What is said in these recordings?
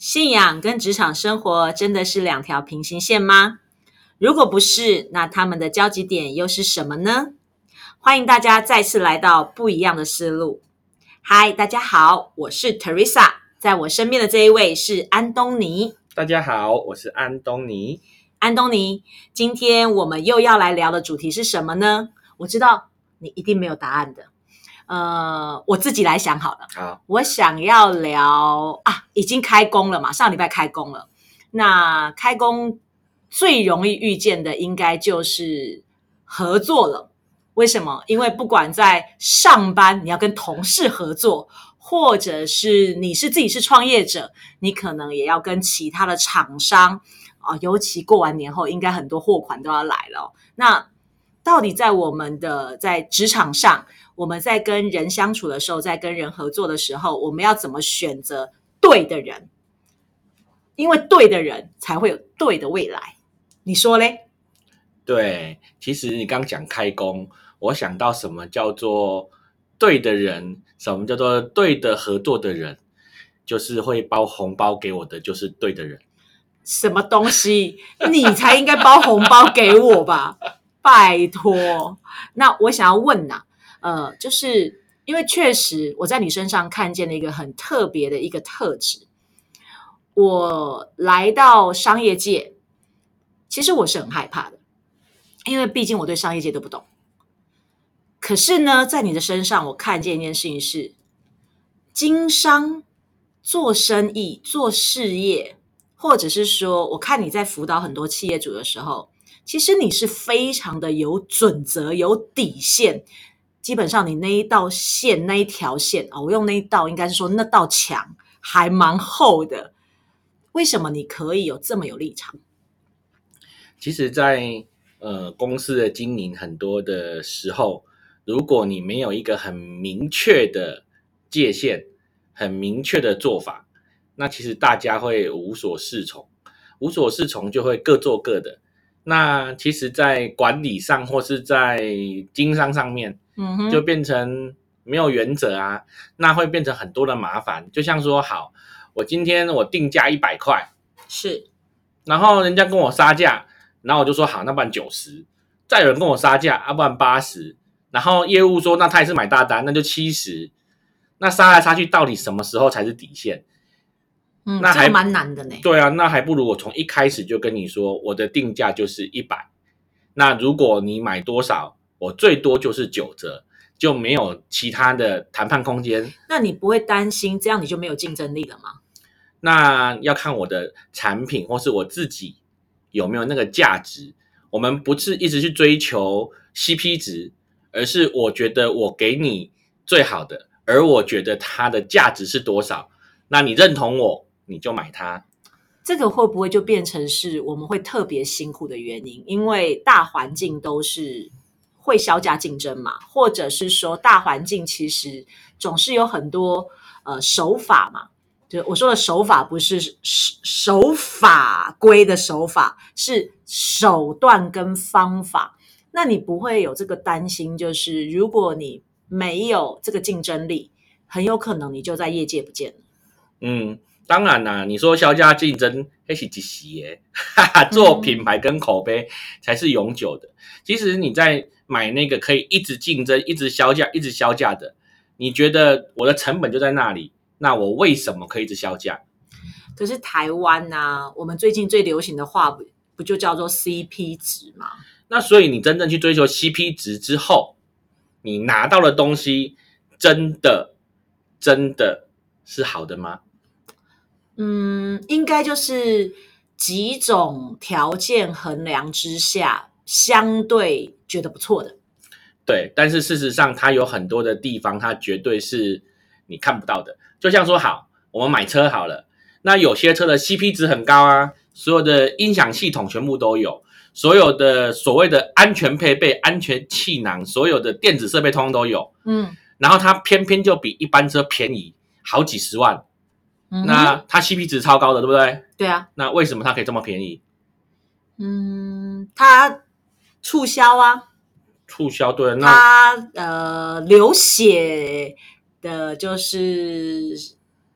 信仰跟职场生活真的是两条平行线吗？如果不是，那他们的交集点又是什么呢？欢迎大家再次来到不一样的思路。嗨，大家好，我是 Teresa， 在我身边的这一位是安东尼。 大家好，我是安东尼。 安东尼，今天我们又要来聊的主题是什么呢？我知道你一定没有答案的。我自己来想好了。 好， 我想要聊已经开工了嘛，上礼拜开工了。那开工最容易遇见的应该就是合作了。为什么？因为不管在上班你要跟同事合作，或者是你是自己是创业者，你可能也要跟其他的厂商尤其过完年后应该很多货款都要来了。那到底在我们的在职场上，我们在跟人相处的时候，在跟人合作的时候，我们要怎么选择对的人？因为对的人才会有对的未来。你说嘞？ 对，其实你刚讲开工，我想到什么叫做对的人，什么叫做对的合作的人，就是会包红包给我的就是对的人。 什么东西？你才应该包红包给我吧？拜托。那我想要问就是因为确实我在你身上看见了一个很特别的一个特质。我来到商业界，其实我是很害怕的，因为毕竟我对商业界都不懂。可是呢，在你的身上，我看见一件事情是，经商、做生意、做事业，或者是说，我看你在辅导很多企业主的时候，其实你是非常的有准则、有底线。基本上你那一道线、那一条线我用那一道，应该是说那道墙还蛮厚的。为什么你可以有这么有立场？ 其实在公司的经营很多的时候，如果你没有一个很明确的界限，很明确的做法，那其实大家会无所适从，无所适从就会各做各的。那其实在管理上或是在经商上面，就变成没有原则啊，那会变成很多的麻烦。就像说，好，我今天我定价100块， 是， 然后人家跟我杀价，然后我就说好，那不然90，再有人跟我杀价，不然80，然后业务说那他也是买大单，那就70，那杀来杀去，到底什么时候才是底线？那还这个蛮难的呢。 对啊，那还不如我从一开始就跟你说，我的定价就是100，那如果你买多少，我最多就是9折，就没有其他的谈判空间。 那你不会担心这样你就没有竞争力了吗？ 那要看我的产品或是我自己有没有那个价值。我们不是一直去追求 CP 值，而是我觉得我给你最好的，而我觉得它的价值是多少，那你认同我，你就买它。 这个会不会就变成是我们会特别辛苦的原因？因为大环境都是会削价竞争嘛，或者是说大环境其实总是有很多手法嘛。就我说的手法不是守法规的手法，是手段跟方法。那你不会有这个担心，就是如果你没有这个竞争力，很有可能你就在业界不见了。 当然啦，你说削价竞争那是一时的，做品牌跟口碑才是永久的。其实你在买那个可以一直竞争、一直削价、一直削价的，你觉得我的成本就在那里，那我为什么可以一直削价？ 可是台湾我们最近最流行的话不就叫做 CP 值吗？ 那所以你真正去追求 CP 值之后，你拿到的东西真的是好的吗？ 应该就是几种条件衡量之下，相对觉得不错的。 对，但是事实上它有很多的地方，它绝对是你看不到的。就像说，好，我们买车好了，那有些车的 CP 值很高啊，所有的音响系统全部都有，所有的所谓的安全配备、安全气囊，所有的电子设备通通都有。然后它偏偏就比一般车便宜好几十万，那它 CP 值超高的，对不对？ 对啊。 那为什么它可以这么便宜？ 它促销啊， 促销，对，那它流血的就是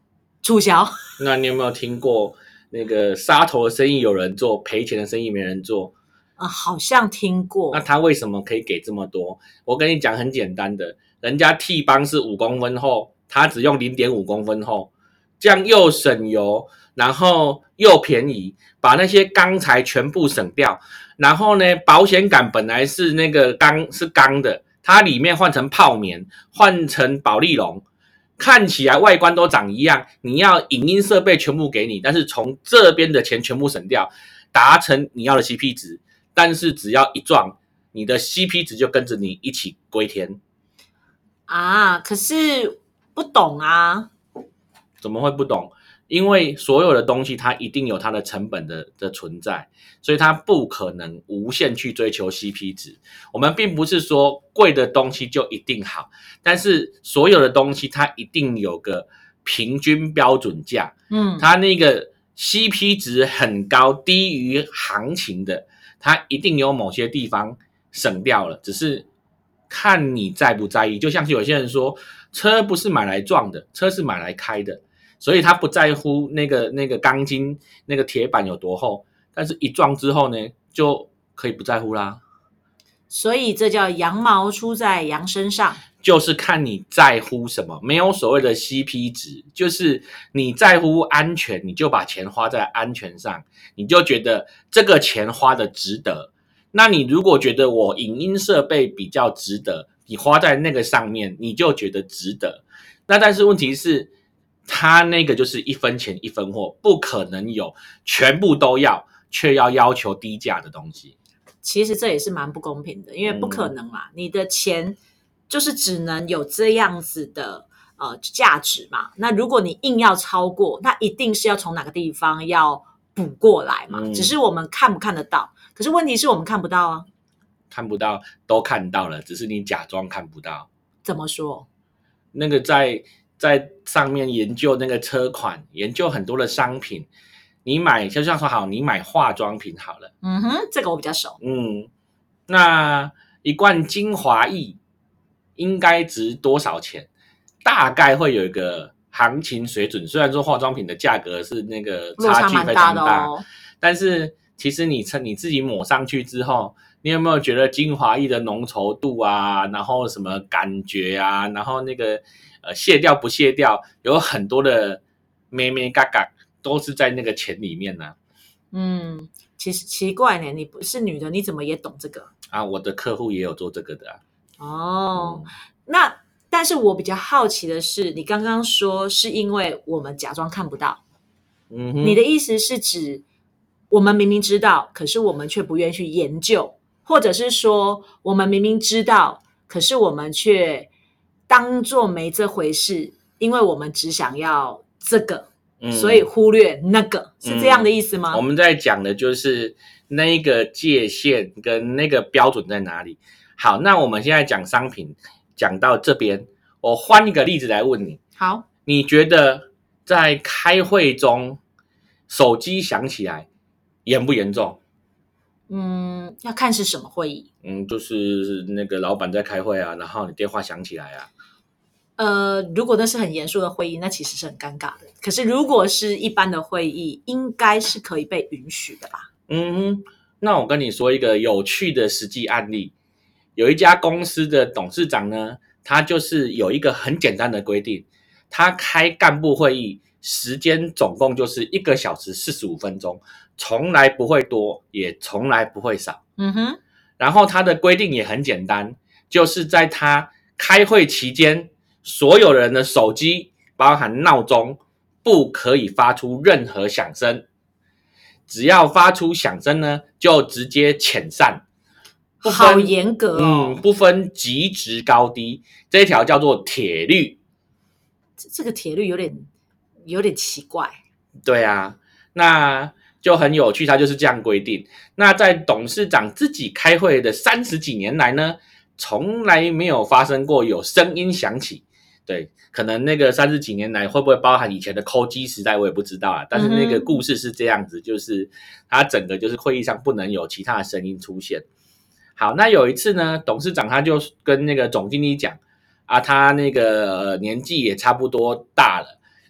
促销。 那你有没有听过那个杀头的生意有人做，赔钱的生意没人做？ 好像听过。 那他为什么可以给这么多？我跟你讲很简单的，人家T邦是5公分厚，他只用0.5公分厚，这样又省油，然后又便宜，把那些钢材全部省掉。然后呢，保险杆本来是那个钢的，它里面换成泡棉，换成保丽龙，看起来外观都长一样。你要影音设备全部给你，但是从这边的钱全部省掉，达成你要的 CP 值。但是只要一撞，你的 CP 值就跟着你一起归天啊！可是不懂啊。 怎么会不懂？因为所有的东西它一定有它的成本的存在，所以它不可能无限去追求 CP 值。我们并不是说贵的东西就一定好，但是所有的东西它一定有个平均标准价。它那个 CP 值很高，低于行情的，它一定有某些地方省掉了，只是看你在不在意。就像是有些人说，车不是买来撞的，车是买来开的。所以他不在乎那个钢筋那个铁板有多厚，但是一撞之后呢，就可以不在乎啦。 所以这叫羊毛出在羊身上， 就是看你在乎什么，没有所谓的 CP 值，就是你在乎安全，你就把钱花在安全上，你就觉得这个钱花的值得。那你如果觉得我影音设备比较值得，你花在那个上面，你就觉得值得。那但是问题是，他那个就是1分钱1分货，不可能有全部都要，却要求低价的东西。 其实这也是蛮不公平的，因为不可能嘛，你的钱就是只能有这样子的价值嘛。那如果你硬要超过，那一定是要从哪个地方要补过来嘛。只是我们看不看得到，可是问题是我们看不到啊。 看不到都看到了，只是你假装看不到。 怎么说？ 那个在上面研究那个车款，研究很多的商品，你买就像说好，你买化妆品好了， 这个我比较熟。 那一罐精华液应该值多少钱？大概会有一个行情水准。虽然说化妆品的价格是那个差距非常大，但是其实你自己抹上去之后，你有没有觉得精华液的浓稠度啊，然后什么感觉啊，然后那个卸掉不卸掉，有很多的咩咩嘎嘎都是在那个钱里面呢。 其实奇怪呢，你不是女的，你怎么也懂这个啊？我的客户也有做这个的啊。 那但是我比较好奇的是，你刚刚说是因为我们假装看不到，你的意思是指我们明明知道，可是我们却不愿意去研究，或者是说我们明明知道，可是我们却当作没这回事，因为我们只想要这个，所以忽略那个，是这样的意思吗？ 我们在讲的就是那个界限跟那个标准在哪里。好，那我们现在讲商品，讲到这边，我换一个例子来问你。 好， 你觉得在开会中手机响起来严不严重？ 要看是什么会议。 就是那个老板在开会啊，然后你电话响起来啊。 如果那是很严肃的会议，那其实是很尴尬的。可是如果是一般的会议，应该是可以被允许的吧？ 那我跟你说一个有趣的实际案例。有一家公司的董事长呢，他就是有一个很简单的规定，他开干部会议时间总共就是1个小时45分钟，从来不会多，也从来不会少。然后他的规定也很简单，就是在他开会期间，所有人的手机包含闹钟不可以发出任何响声，只要发出响声呢，就直接遣散。 好严格哦。 不分级值高低，这一条叫做铁律。 这个铁律有点奇怪。 对啊，那就很有趣，它就是这样规定。那在董事长自己开会的30几年来呢，从来没有发生过有声音响起。对，可能那个30几年来会不会包含以前的抠机时代，我也不知道啊。但是那个故事是这样子，就是它整个就是会议上不能有其他的声音出现。好，那有一次呢，董事长他就跟那个总经理讲啊，他那个年纪也差不多大了，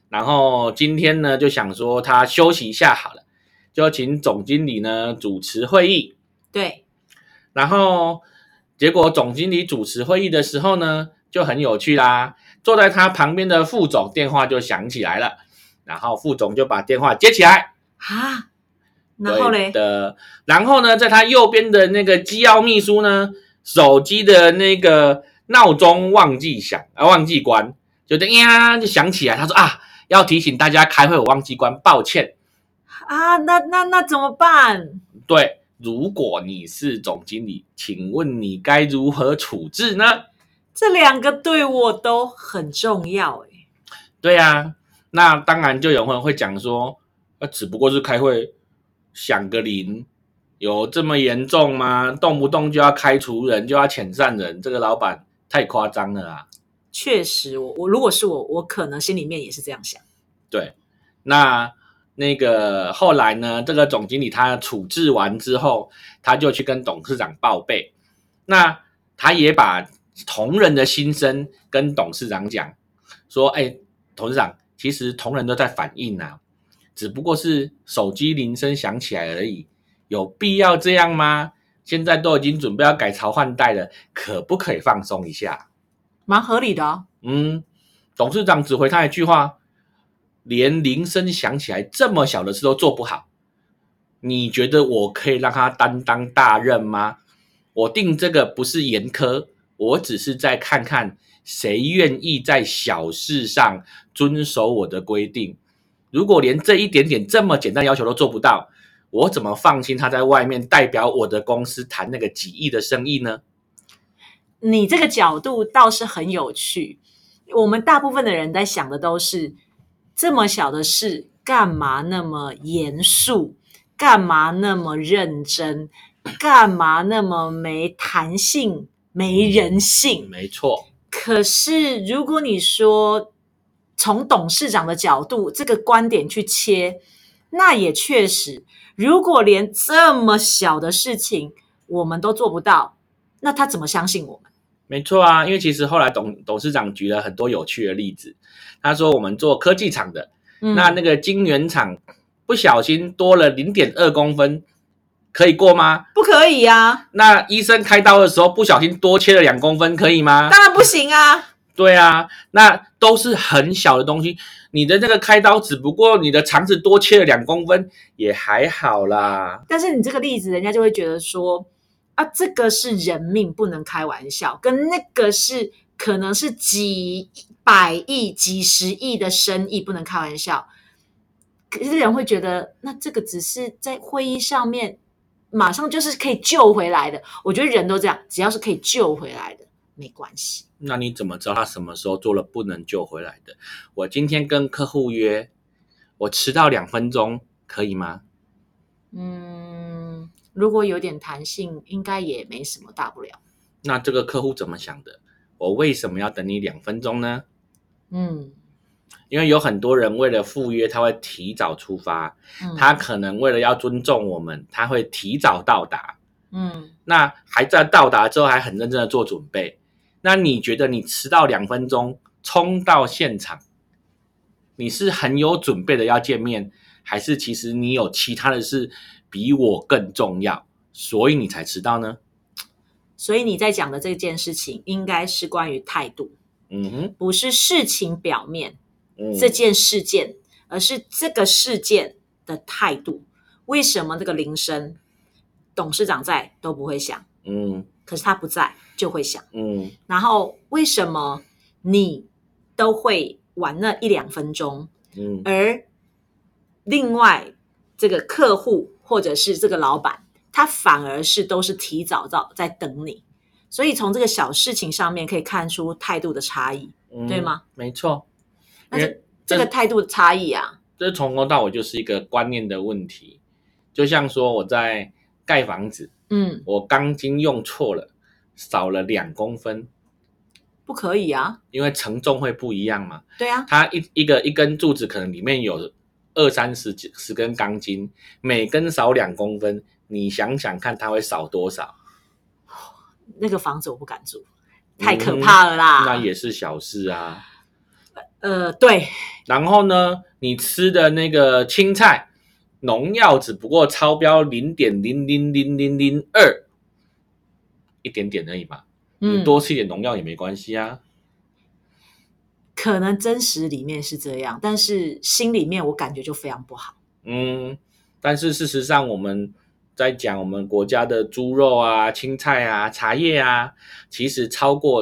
然后今天呢就想说他休息一下好了，就请总经理呢主持会议。 对， 然后结果总经理主持会议的时候呢，就很有趣啦。坐在他旁边的副总电话就响起来了，然后副总就把电话接起来。 啊，然后嘞， 然后呢，在他右边的那个机要秘书呢，手机的那个闹钟忘记响忘记关，就呀就响起来。他说啊，要提醒大家开会，我忘记关，抱歉。 啊，那怎么办？ 对，如果你是总经理，请问你该如何处置呢？ 这2个对我都很重要诶。 对啊，那当然就有人会讲说，只不过是开会响个铃，有这么严重吗？动不动就要开除人，就要遣散人，这个老板太夸张了啊！ 确实，我如果是我可能心里面也是这样想。 对，那个后来呢，这个总经理他处置完之后，他就去跟董事长报备，那他也把同仁的心声跟董事长讲，说，董事长，其实同仁都在反映啊，只不过是手机铃声响起来而已，有必要这样吗？现在都已经准备要改朝换代了，可不可以放松一下？ 蛮合理的啊。 董事长只回他一句话，连铃声响起来这么小的事都做不好，你觉得我可以让他担当大任吗？我定这个不是严苛，我只是在看看谁愿意在小事上遵守我的规定。如果连这一点点这么简单要求都做不到，我怎么放心他在外面代表我的公司谈那个几亿的生意呢？ 你这个角度倒是很有趣。我们大部分的人在想的都是这么小的事，干嘛那么严肃？干嘛那么认真？干嘛那么没弹性、没人性？ 没错。 可是如果你说从董事长的角度这个观点去切，那也确实，如果连这么小的事情我们都做不到，那他怎么相信我们？ 没错啊，因为其实后来董事长举了很多有趣的例子。他说我们做科技厂的，那个晶圆厂不小心多了 0.2 公分，可以过吗？ 不可以啊。 那医生开刀的时候不小心多切了2公分，可以吗？ 当然不行啊。 对啊，那都是很小的东西，你的这个开刀只不过你的肠子多切了2公分，也还好啦。 但是你这个例子，人家就会觉得说啊，这个是人命，不能开玩笑，跟那个是可能是几百亿、几十亿的生意，不能开玩笑。可是人会觉得，那这个只是在会议上面马上就是可以救回来的。我觉得人都这样，只要是可以救回来的，没关系。 那你怎么知道他什么时候做了不能救回来的？我今天跟客户约，我迟到2分钟，可以吗？ 如果有点弹性，应该也没什么大不了。 那这个客户怎么想的？我为什么要等你2分钟呢？因为有很多人为了赴约，他会提早出发，他可能为了要尊重我们，他会提早到达。那还在到达之后还很认真的做准备。那你觉得你迟到2分钟冲到现场，你是很有准备的要见面，还是其实你有其他的事比我更重要，所以你才迟到呢？ 所以你在讲的这件事情应该是关于态度，不是事情表面，这件事件，而是这个事件的态度。为什么这个铃声董事长在都不会响，可是他不在就会响，然后为什么你都会晚那1-2分钟，而另外这个客户或者是这个老板，他反而是都是提早在等你。所以从这个小事情上面可以看出态度的差异，对吗？ 没错。 那这个态度的差异啊， 这从头到尾就是一个观念的问题。就像说我在盖房子，我钢筋用错了，少了2公分， 不可以啊， 因为承重会不一样嘛。 对啊， 它一根柱子可能里面有20-30根钢筋，每根少2公分，你想想看它会少多少？ 那个房子我不敢住，太可怕了啦。 那也是小事啊。 对， 然后呢，你吃的那个青菜农药只不过超标0.00002，一点点而已嘛，你多吃一点农药也没关系啊。 可能真实里面是这样，但是心里面我感觉就非常不好。 但是事实上我们在讲我们国家的猪肉啊、青菜啊、茶叶啊，其实超过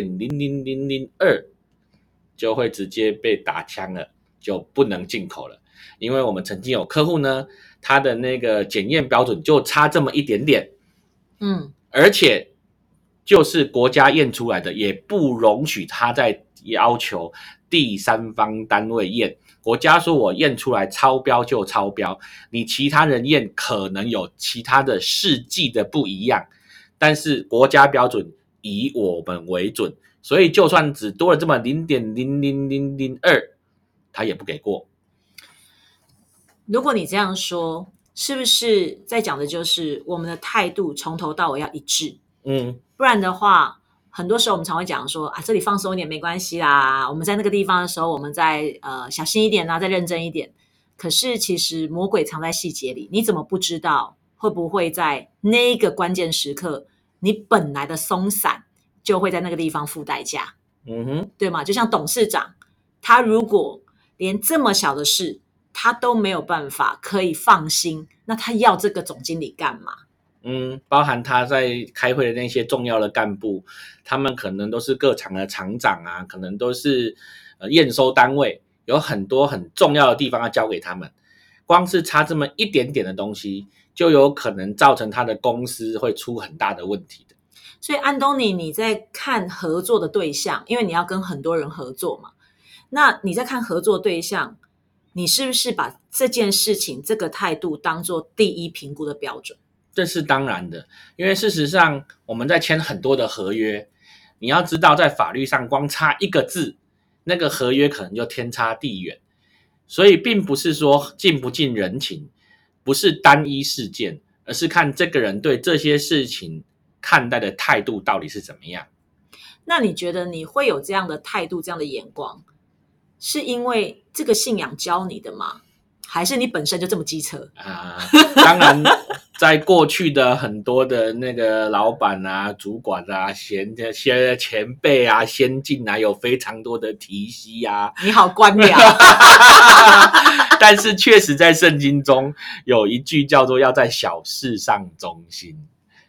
0.00002就会直接被打枪了，就不能进口了。因为我们曾经有客户呢，他的那个检验标准就差这么一点点，而且就是国家验出来的，也不容许他再要求第三方单位验。国家说我验出来超标就超标，你其他人验可能有其他的试剂的不一样，但是国家标准以我们为准，所以就算只多了这么0.00002，他也不给过。 如果你这样说，是不是在讲的就是我们的态度从头到尾要一致？不然的话，很多时候我们常会讲说啊，这里放松一点没关系啦，我们在那个地方的时候，我们再小心一点啊，再认真一点。可是其实魔鬼藏在细节里，你怎么不知道会不会在那个关键时刻，你本来的松散就会在那个地方付代价？对吗？就像董事长，他如果连这么小的事他都没有办法可以放心，那他要这个总经理干嘛？ 包含他在开会的那些重要的干部，他们可能都是各厂的厂长啊，可能都是验收单位，有很多很重要的地方要交给他们。光是差这么一点点的东西，就有可能造成他的公司会出很大的问题的。 所以安东尼，你在看合作的对象，因为你要跟很多人合作嘛，那你在看合作对象，你是不是把这件事情这个态度当作第一评估的标准？ 这是当然的，因为事实上我们在签很多的合约，你要知道在法律上光差一个字，那个合约可能就天差地远。所以并不是说尽不近人情，不是单一事件，而是看这个人对这些事情看待的态度到底是怎么样。 那你觉得你会有这样的态度、这样的眼光，是因为这个信仰教你的吗？还是你本身就这么机车？ 当然在过去的很多的那个老板啊、主管啊、些前辈啊、先进啊，有非常多的提携啊。 你好官僚。 但是确实在圣经中有一句叫做要在小事上忠心。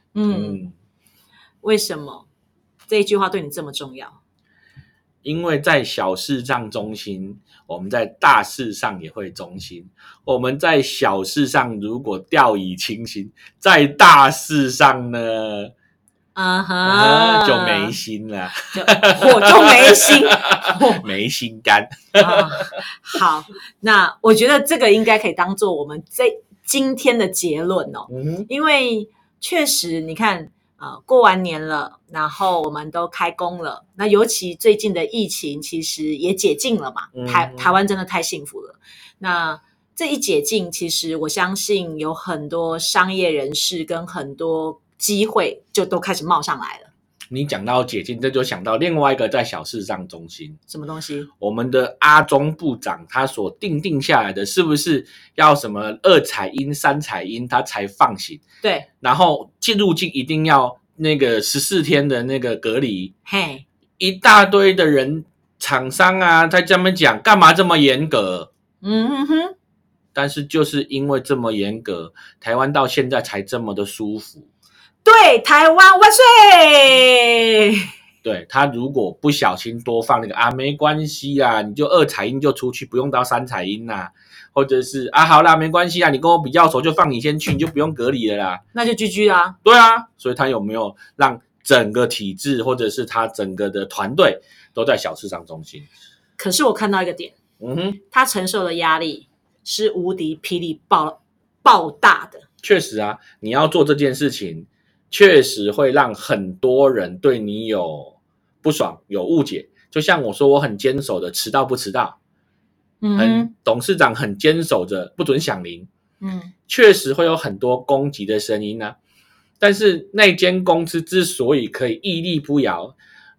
为什么这一句话对你这么重要？ 因为在小事上忠心，我们在大事上也会忠心。我们在小事上如果掉以轻心，在大事上呢，就没心了， 火就没心， 没心肝。 好，那我觉得这个应该可以当做我们今天的结论哦。因为确实，你看。过完年了，然后我们都开工了。那尤其最近的疫情其实也解禁了嘛，台湾真的太幸福了。那这一解禁，其实我相信有很多商业人士跟很多机会就都开始冒上来了。 你讲到解禁，这就想到另外一个在小事上忠心。 什么东西？ 我们的阿中部长他所定下来的，是不是要什么2采阴、3采阴他才放行？ 对。 然后入境一定要那个14天的那个隔离。 嘿， 一大堆的人厂商啊，在这边讲干嘛这么严格？但是就是因为这么严格，台湾到现在才这么的舒服。 对，台湾万岁！ 对，他如果不小心多放那个没关系啦，你就2采阴就出去，不用到3采阴啦，或者是好啦没关系啦，你跟我比较熟就放你先去，你就不用隔离了啦， 那就 GG 啦。 对啊，所以他有没有让整个体制或者是他整个的团队都在小事上忠心？ 可是我看到一个点，他承受的压力是无敌霹雳爆大的。确实啊，你要做这件事情，确实会让很多人对你有不爽、有误解。就像我说，我很坚守的迟到不迟到，董事长很坚守着不准响铃，确实会有很多攻击的声音啊。但是那间公司之所以可以屹立不摇，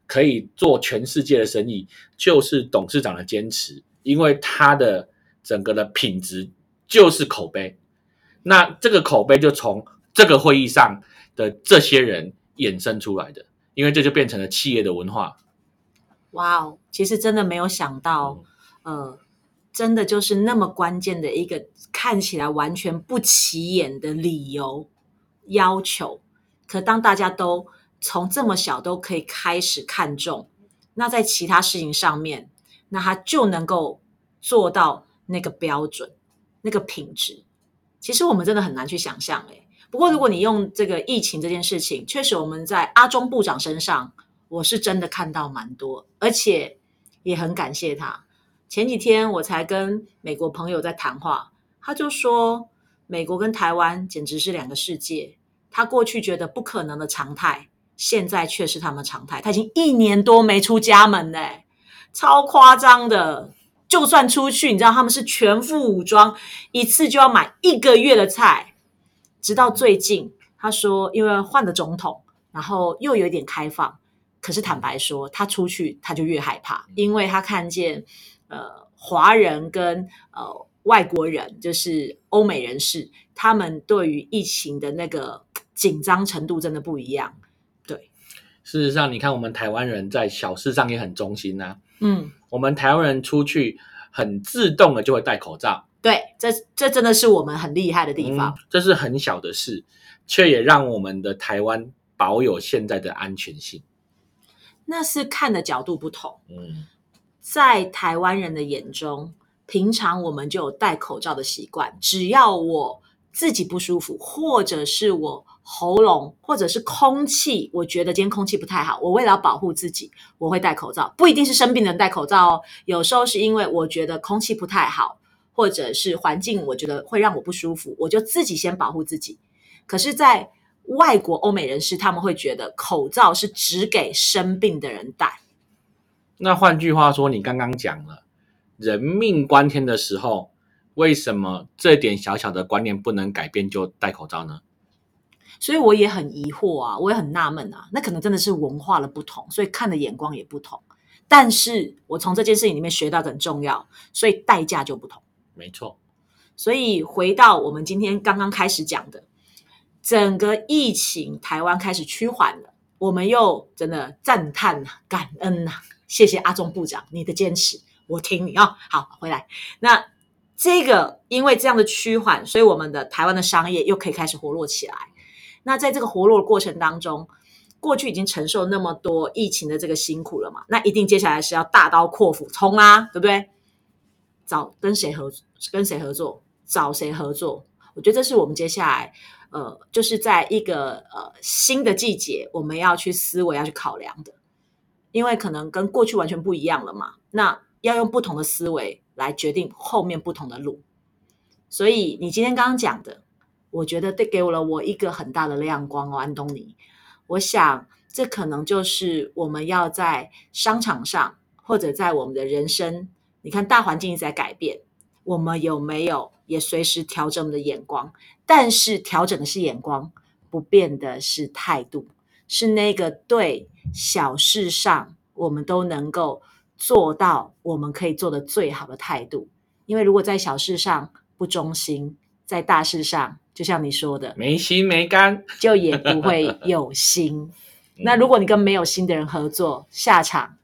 可以做全世界的生意，就是董事长的坚持，因为他的整个的品质就是口碑。那这个口碑就从这个会议上的这些人衍生出来的，因为这就变成了企业的文化。 哇哦，其实真的没有想到，真的就是那么关键的一个看起来完全不起眼的理由要求，可当大家都从这么小都可以开始看重，那在其他事情上面，那他就能够做到那个标准，那个品质。其实我们真的很难去想象不过如果你用这个疫情这件事情，确实我们在阿中部长身上，我是真的看到蛮多，而且也很感谢他。前几天我才跟美国朋友在谈话，他就说美国跟台湾简直是两个世界，他过去觉得不可能的常态，现在却是他们常态。他已经1年多没出家门了超夸张的。就算出去，你知道他们是全副武装，一次就要买1个月的菜。直到最近他说因为换了总统，然后又有一点开放，可是坦白说他出去他就越害怕，因为他看见华人跟外国人，就是欧美人士，他们对于疫情的那个紧张程度真的不一样。对， 事实上你看我们台湾人在小事上也很忠心啊。我们台湾人出去很自动的就会戴口罩。 对，这真的是我们很厉害的地方。 这是很小的事，却也让我们的台湾保有现在的安全性。 那是看的角度不同。在台湾人的眼中，平常我们就有戴口罩的习惯，只要我自己不舒服，或者是我喉咙或者是空气，我觉得今天空气不太好，我为了要保护自己，我会戴口罩。不一定是生病的人戴口罩有时候是因为我觉得空气不太好，或者是环境我觉得会让我不舒服，我就自己先保护自己。可是在外国欧美人士，他们会觉得口罩是只给生病的人戴。 那换句话说，你刚刚讲了人命关天的时候，为什么这点小小的观念不能改变就戴口罩呢？ 所以我也很疑惑啊，我也很纳闷啊，那可能真的是文化的不同，所以看的眼光也不同。但是我从这件事情里面学到很重要，所以代价就不同。 没错。 所以回到我们今天刚刚开始讲的，整个疫情台湾开始趋缓了，我们又真的赞叹感恩谢谢阿中部长你的坚持，我听你好，回来。那这个因为这样的趋缓，所以我们的台湾的商业又可以开始活络起来。那在这个活络的过程当中，过去已经承受那么多疫情的这个辛苦了嘛，那一定接下来是要大刀阔斧冲对不对？跟谁合作，找谁合作？我觉得这是我们接下来就是在一个新的季节，我们要去思维要去考量的，因为可能跟过去完全不一样了嘛，那要用不同的思维来决定后面不同的路。所以你今天刚刚讲的，我觉得给了我一个很大的亮光安东尼。我想这可能就是我们要在商场上，或者在我们的人生，你看大环境一直在改变，我们有没有也随时调整我们的眼光？但是调整的是眼光，不变的是态度，是那个对小事上我们都能够做到我们可以做的最好的态度。因为如果在小事上不忠心，在大事上就像你说的没心没肝， 就也不会有心。那如果你跟没有心的人合作，下场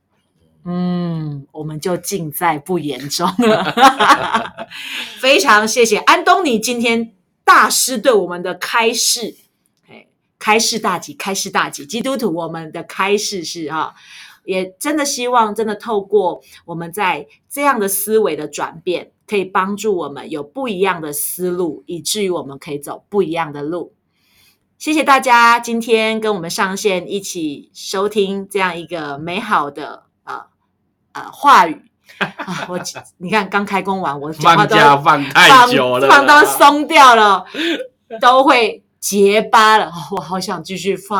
我们就尽在不言中了。非常谢谢安东尼今天大师对我们的开示，开示大吉，基督徒我们的开示是也真的希望真的透过我们在这样的思维的转变，可以帮助我们有不一样的思路，以至于我们可以走不一样的路。谢谢大家今天跟我们上线一起收听这样一个美好的话语你看刚开工完，我讲话都放假放太久了， 放到松掉了，都会结巴了，我好想继续放。